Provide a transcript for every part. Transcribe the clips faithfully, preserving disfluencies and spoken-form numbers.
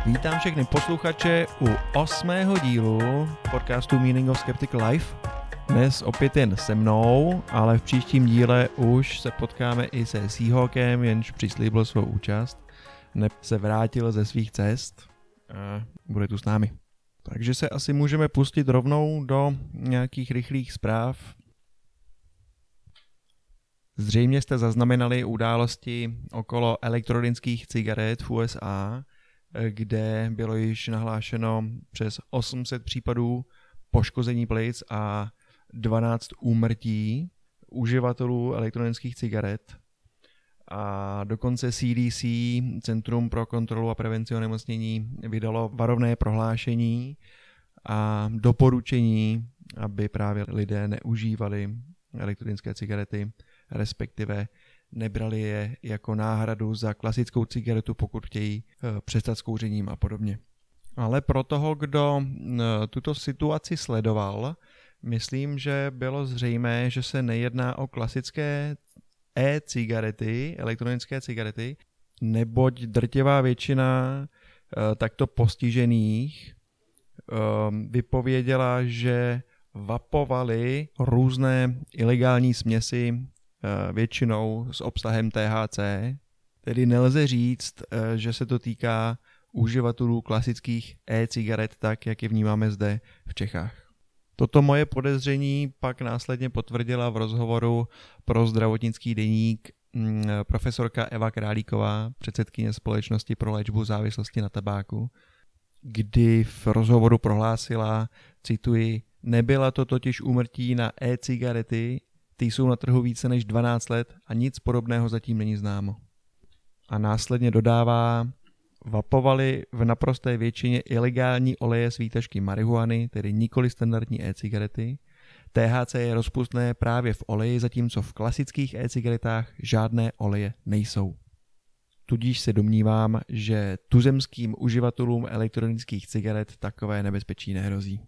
Vítám všechny posluchače u osmého dílu podcastu Meaning of Skeptical Life. Dnes opět jen se mnou, ale v příštím díle už se potkáme i se Seahawkem, jenž přislíbil svou účast. Neb se vrátil ze svých cest a bude tu s námi. Takže se asi můžeme pustit rovnou do nějakých rychlých zpráv. Zřejmě jste zaznamenali události okolo elektronických cigaret v U S A, kde bylo již nahlášeno přes osm set případů poškození plic a dvanáct úmrtí uživatelů elektronických cigaret. A dokonce C D C, Centrum pro kontrolu a prevenci onemocnění, vydalo varovné prohlášení a doporučení, aby právě lidé neužívali elektronické cigarety, respektive nebrali je jako náhradu za klasickou cigaretu, pokud chtějí přestat s kouřením a podobně. Ale pro toho, kdo tuto situaci sledoval, myslím, že bylo zřejmé, že se nejedná o klasické e-cigarety, elektronické cigarety, neboť drtivá většina takto postižených vypověděla, že vapovali různé ilegální směsi, většinou s obsahem T H C, tedy nelze říct, že se to týká uživatelů klasických e-cigaret tak, jak je vnímáme zde v Čechách. Toto moje podezření pak následně potvrdila v rozhovoru pro Zdravotnický deník profesorka Eva Králíková, předsedkyně Společnosti pro léčbu závislosti na tabáku, kdy v rozhovoru prohlásila, cituji, nebyla to totiž úmrtí na e-cigarety, ty jsou na trhu více než dvanáct let a nic podobného zatím není známo. A následně dodává, vapovali v naprosté většině ilegální oleje s výtažky marihuany, tedy nikoli standardní e-cigarety. T H C je rozpustné právě v oleji, zatímco v klasických e-cigaretách žádné oleje nejsou. Tudíž se domnívám, že tuzemským uživatelům elektronických cigaret takové nebezpečí nehrozí.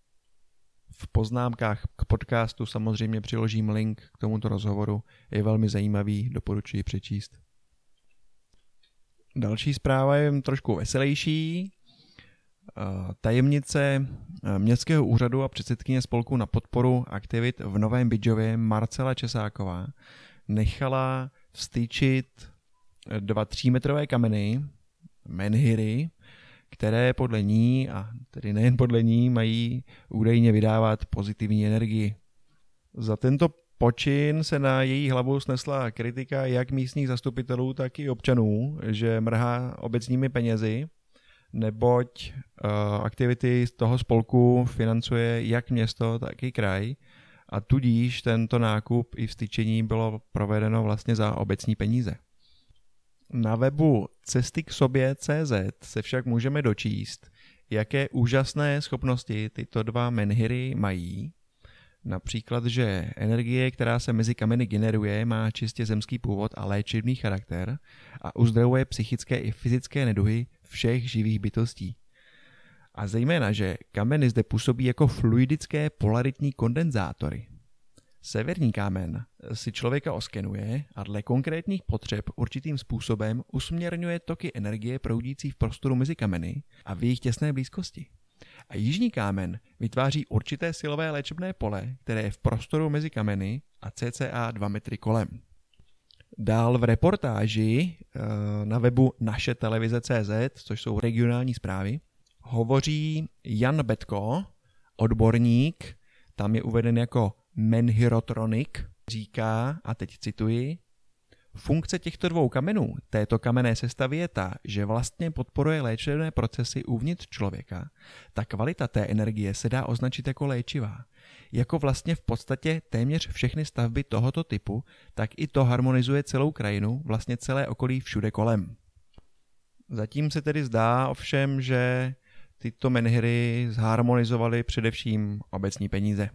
V poznámkách k podcastu samozřejmě přiložím link k tomuto rozhovoru, je velmi zajímavý, doporučuji přečíst. Další zpráva je trošku veselější. Tajemnice Městského úřadu a předsedkyně spolku na podporu aktivit v Novém Bydžově Marcela Česáková nechala vstyčit dva třímetrové kameny, menhiry, které podle ní, a tedy nejen podle ní, mají údajně vydávat pozitivní energii. Za tento počin se na její hlavu snesla kritika jak místních zastupitelů, tak i občanů, že mrhá obecními penězi, neboť uh, aktivity z toho spolku financuje jak město, tak i kraj a tudíž tento nákup i vstyčení bylo provedeno vlastně za obecní peníze. Na webu cesty k sobě tečka cé zet se však můžeme dočíst, jaké úžasné schopnosti tyto dva menhiry mají. Například, že energie, která se mezi kameny generuje, má čistě zemský původ a léčivný charakter a uzdravuje psychické i fyzické neduhy všech živých bytostí. A zejména, že kameny zde působí jako fluidické polaritní kondenzátory. Severní kámen si člověka oskenuje a dle konkrétních potřeb určitým způsobem usměrňuje toky energie proudící v prostoru mezi kameny a v jejich těsné blízkosti. A jižní kámen vytváří určité silové léčebné pole, které je v prostoru mezi kameny a cca dva metry kolem. Dál v reportáži na webu naše televize tečka cé zet, což jsou regionální zprávy, hovoří Jan Betko, odborník, tam je uveden jako menhirotronik, říká, a teď cituji, funkce těchto dvou kamenů, této kamenné sestavy je ta, že vlastně podporuje léčebné procesy uvnitř člověka. Ta kvalita té energie se dá označit jako léčivá. Jako vlastně v podstatě téměř všechny stavby tohoto typu, tak i to harmonizuje celou krajinu, vlastně celé okolí všude kolem. Zatím se tedy zdá ovšem, že tyto menhiry zharmonizovaly především obecní peníze.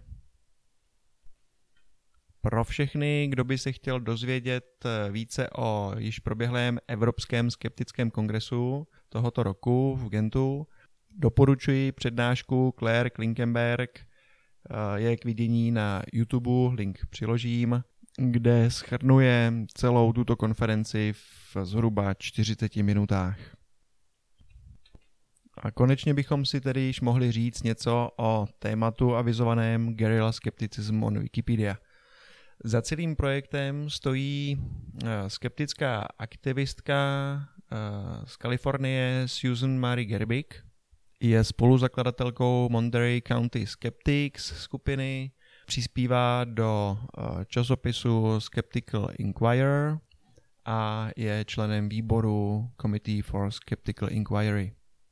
Pro všechny, kdo by se chtěl dozvědět více o již proběhlém Evropském skeptickém kongresu tohoto roku v Gentu, doporučuji přednášku Claire Klinkenberg, je k vidění na YouTube, link přiložím, kde shrnuje celou tuto konferenci v zhruba čtyřiceti minutách. A konečně bychom si tedy již mohli říct něco o tématu avizovaném Guerrilla Skepticism on Wikipedia. Za celým projektem stojí skeptická aktivistka z Kalifornie Susan Marie Gerbig. Je spoluzakladatelkou Monterey County Skeptics skupiny, přispívá do časopisu Skeptical Inquirer a je členem výboru Committee for Skeptical Inquiry.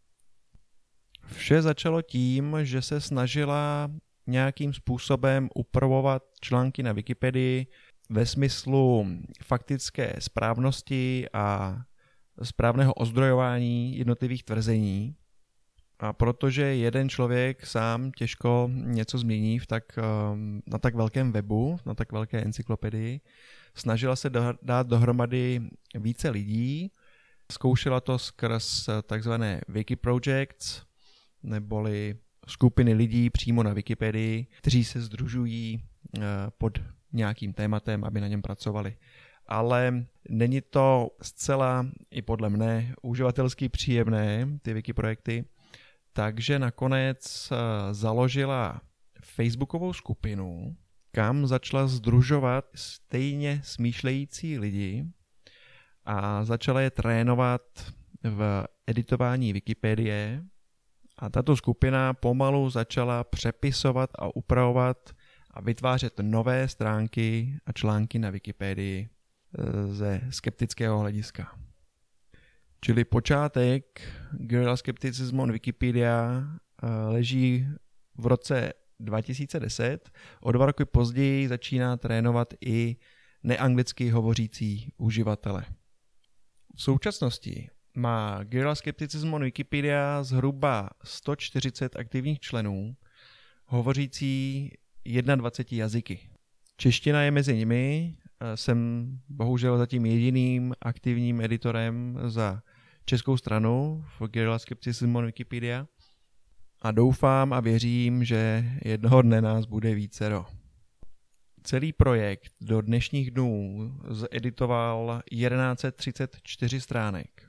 Vše začalo tím, že se snažila nějakým způsobem upravovat články na Wikipedii ve smyslu faktické správnosti a správného ozdrojování jednotlivých tvrzení. A protože jeden člověk sám těžko něco změní v tak, na tak velkém webu, na tak velké encyklopedii, snažila se do, dát dohromady více lidí, zkoušela to skrz takzvané Wikiprojects, neboli skupiny lidí přímo na Wikipedii, kteří se sdružují pod nějakým tématem, aby na něm pracovali. Ale není to zcela, i podle mne, uživatelsky příjemné, ty Wikiprojekty, takže nakonec založila facebookovou skupinu, kam začala sdružovat stejně smýšlející lidi a začala je trénovat v editování Wikipedie. A tato skupina pomalu začala přepisovat a upravovat a vytvářet nové stránky a články na Wikipedii ze skeptického hlediska. Čili počátek Guerrilla Skepticism on Wikipedia leží v roce dva tisíce deset. O dva roky později začíná trénovat i neanglicky hovořící uživatele. V současnosti má Guerrilla Skepticism on Wikipedia zhruba sto čtyřicet aktivních členů, hovořící dvacet jedna jazyky. Čeština je mezi nimi, jsem bohužel zatím jediným aktivním editorem za českou stranu v Guerrilla Skepticism on Wikipedia a doufám a věřím, že jednoho dne nás bude vícero. Celý projekt do dnešních dnů zeditoval tisíc sto třicet čtyři stránek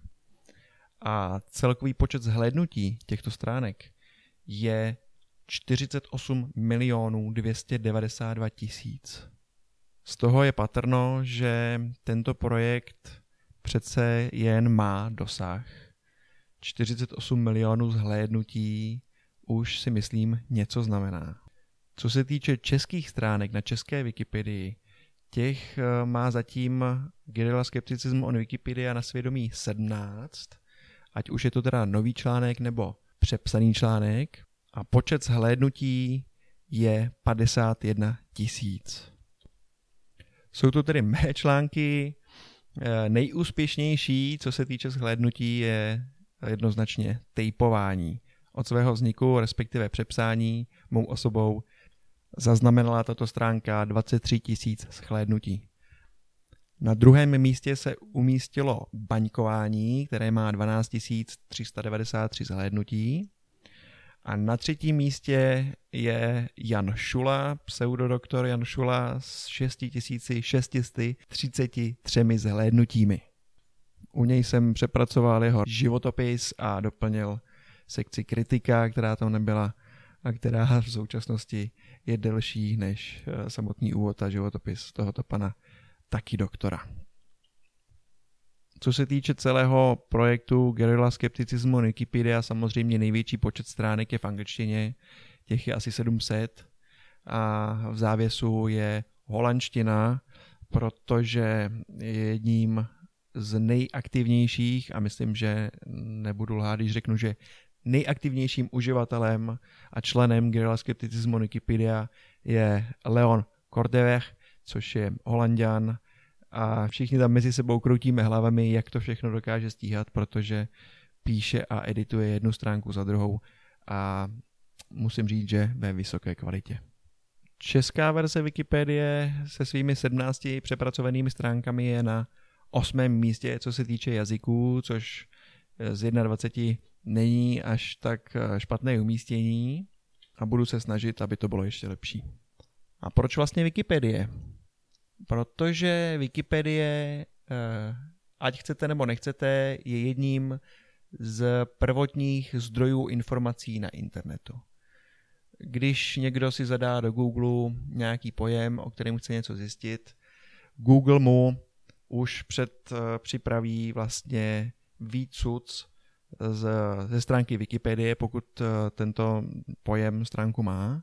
a celkový počet zhlédnutí těchto stránek je čtyřicet osm milionů dvě stě devadesát dva tisíc. Z toho je patrno, že tento projekt přece jen má dosah. čtyřicet osm milionů zhlédnutí už si myslím něco znamená. Co se týče českých stránek na české Wikipedii, těch má zatím Guerrilla Skepticism on Wikipedia na svědomí sedmnáct, ať už je to teda nový článek nebo přepsaný článek, a počet zhlédnutí je padesát jedna tisíc. Jsou to tedy mé články. Nejúspěšnější, co se týče zhlédnutí, je jednoznačně tejpování. Od svého vzniku, respektive přepsání, mou osobou zaznamenala tato stránka dvacet tři tisíc zhlédnutí. Na druhém místě se umístilo baňkování, které má dvanáct tisíc tři sta devadesát tři zhlédnutí. A na třetím místě je Jan Šula, pseudodoktor Jan Šula s šest tisíc šest set třicet tři zhlédnutími. U něj jsem přepracoval jeho životopis a doplnil sekci kritika, která tam nebyla a která v současnosti je delší než samotný úvod a životopis tohoto pana taky doktora. Co se týče celého projektu Guerrilla Skepticism on Wikipedia, samozřejmě největší počet stránek je v angličtině, těch je asi sedm set a v závěsu je holandština, protože je jedním z nejaktivnějších, a myslím, že nebudu lhát, když řeknu, že nejaktivnějším uživatelem a členem Guerrilla Skepticism on Wikipedia je Leon Korteweg, což je Holanďan, a všichni tam mezi sebou kroutíme hlavami, jak to všechno dokáže stíhat, protože píše a edituje jednu stránku za druhou a musím říct, že ve vysoké kvalitě. Česká verze Wikipedie se svými sedmnácti přepracovanými stránkami je na osmém místě, co se týče jazyků, což z dvacet jedna není až tak špatné umístění a budu se snažit, aby to bylo ještě lepší. A proč vlastně Wikipedie? Protože Wikipedie, ať chcete nebo nechcete, je jedním z prvotních zdrojů informací na internetu. Když někdo si zadá do Google nějaký pojem, o kterém chce něco zjistit, Google mu už před připraví vlastně výcuc z, ze stránky Wikipedie, pokud tento pojem stránku má.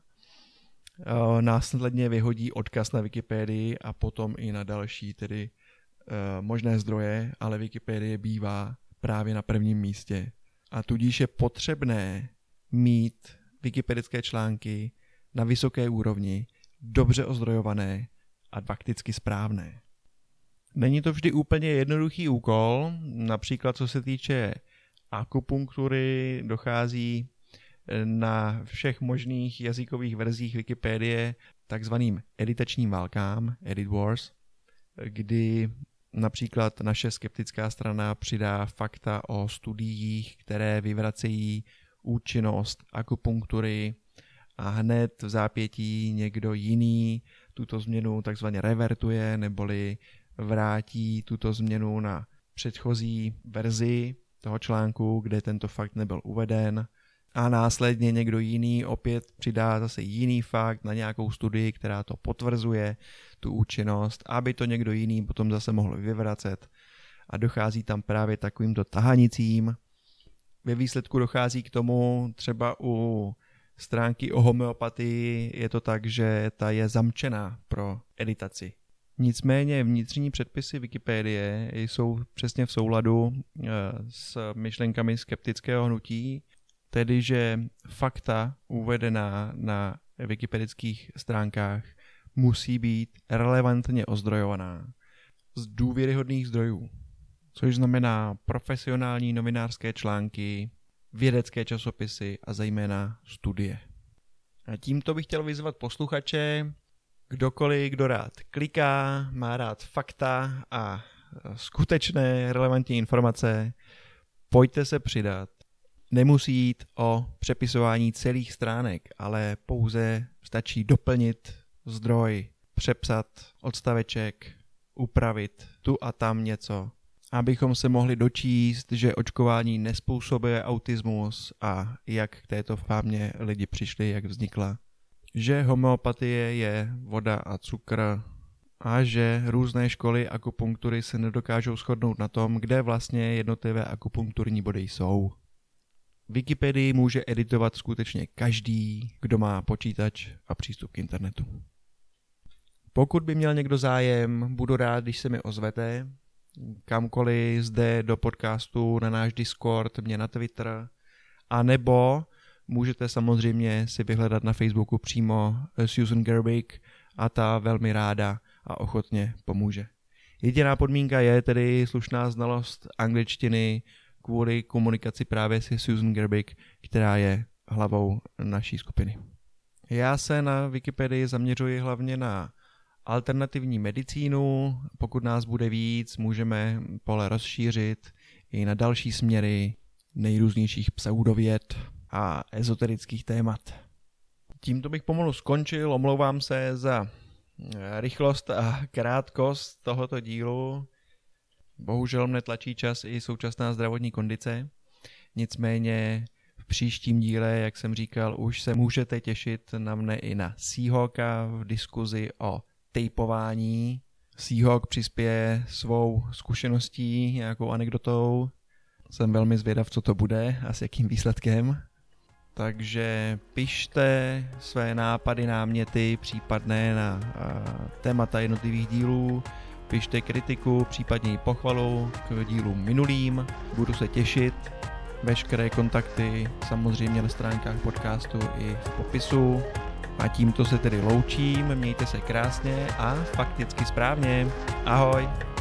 Následně vyhodí odkaz na Wikipedii a potom i na další tedy možné zdroje, ale Wikipedie bývá právě na prvním místě. A tudíž je potřebné mít wikipedické články na vysoké úrovni, dobře ozdrojované a fakticky správné. Není to vždy úplně jednoduchý úkol, například co se týče akupunktury, dochází na všech možných jazykových verzích Wikipedie takzvaným editačním válkám, edit wars, kdy například naše skeptická strana přidá fakta o studiích, které vyvracejí účinnost akupunktury a hned v zápětí někdo jiný tuto změnu takzvaně revertuje neboli vrátí tuto změnu na předchozí verzi toho článku, kde tento fakt nebyl uveden a následně někdo jiný opět přidá zase jiný fakt na nějakou studii, která to potvrzuje, tu účinnost, aby to někdo jiný potom zase mohl vyvracet a dochází tam právě takovýmto tahanicím. Ve výsledku dochází k tomu třeba u stránky o homeopatii je to tak, že ta je zamčená pro editaci. Nicméně vnitřní předpisy Wikipedie jsou přesně v souladu s myšlenkami skeptického hnutí, tedy že fakta uvedená na wikipedických stránkách musí být relevantně ozdrojovaná z důvěryhodných zdrojů, což znamená profesionální novinářské články, vědecké časopisy a zejména studie. A tímto bych chtěl vyzvat posluchače, kdokoliv, kdo rád kliká, má rád fakta a skutečné relevantní informace, pojďte se přidat. Nemusí jít o přepisování celých stránek, ale pouze stačí doplnit zdroj, přepsat odstaveček, upravit tu a tam něco, abychom se mohli dočíst, že očkování nezpůsobuje autismus a jak k této fámě lidi přišli, jak vznikla. Že homeopatie je voda a cukr a že různé školy akupunktury se nedokážou shodnout na tom, kde vlastně jednotlivé akupunkturní body jsou. Wikipedii může editovat skutečně každý, kdo má počítač a přístup k internetu. Pokud by měl někdo zájem, budu rád, když se mi ozvete, kamkoliv zde do podcastu, na náš Discord, mě na Twitter, a nebo můžete samozřejmě si vyhledat na Facebooku přímo Susan Gerbic a ta velmi ráda a ochotně pomůže. Jediná podmínka je tedy slušná znalost angličtiny kvůli komunikaci právě se Susan Gerbic, která je hlavou naší skupiny. Já se na Wikipedii zaměřuji hlavně na alternativní medicínu. Pokud nás bude víc, můžeme pole rozšířit i na další směry nejrůznějších pseudověd a ezoterických témat. Tímto bych pomalu skončil, omlouvám se za rychlost a krátkost tohoto dílu. Bohužel mne tlačí čas i současná zdravotní kondice. Nicméně v příštím díle, jak jsem říkal, už se můžete těšit na mne i na Seahawka v diskuzi o tejpování. Seahawk přispěje svou zkušeností, nějakou anekdotou. Jsem velmi zvědav, co to bude a s jakým výsledkem. Takže pište své nápady, náměty, případné na uh, témata jednotlivých dílů. Pište kritiku, případně i pochvalu k dílům minulým. Budu se těšit. Veškeré kontakty samozřejmě na stránkách podcastu i v popisu. A tímto se tedy loučím. Mějte se krásně a fakticky správně. Ahoj!